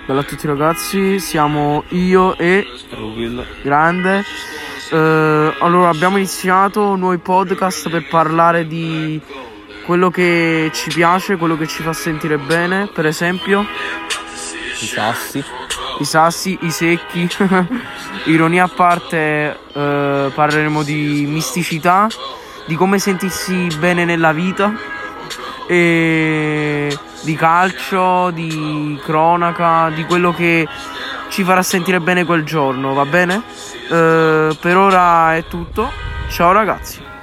Bella a tutti ragazzi, siamo io e Rugil. Grande. Allora abbiamo iniziato nuovi podcast per parlare di quello che ci piace, quello che ci fa sentire bene. Per esempio I sassi, i secchi. Ironia a parte, parleremo di misticità, di come sentirsi bene nella vita, e di calcio, di cronaca, di quello che ci farà sentire bene quel giorno, va bene? Per ora è tutto. Ciao ragazzi.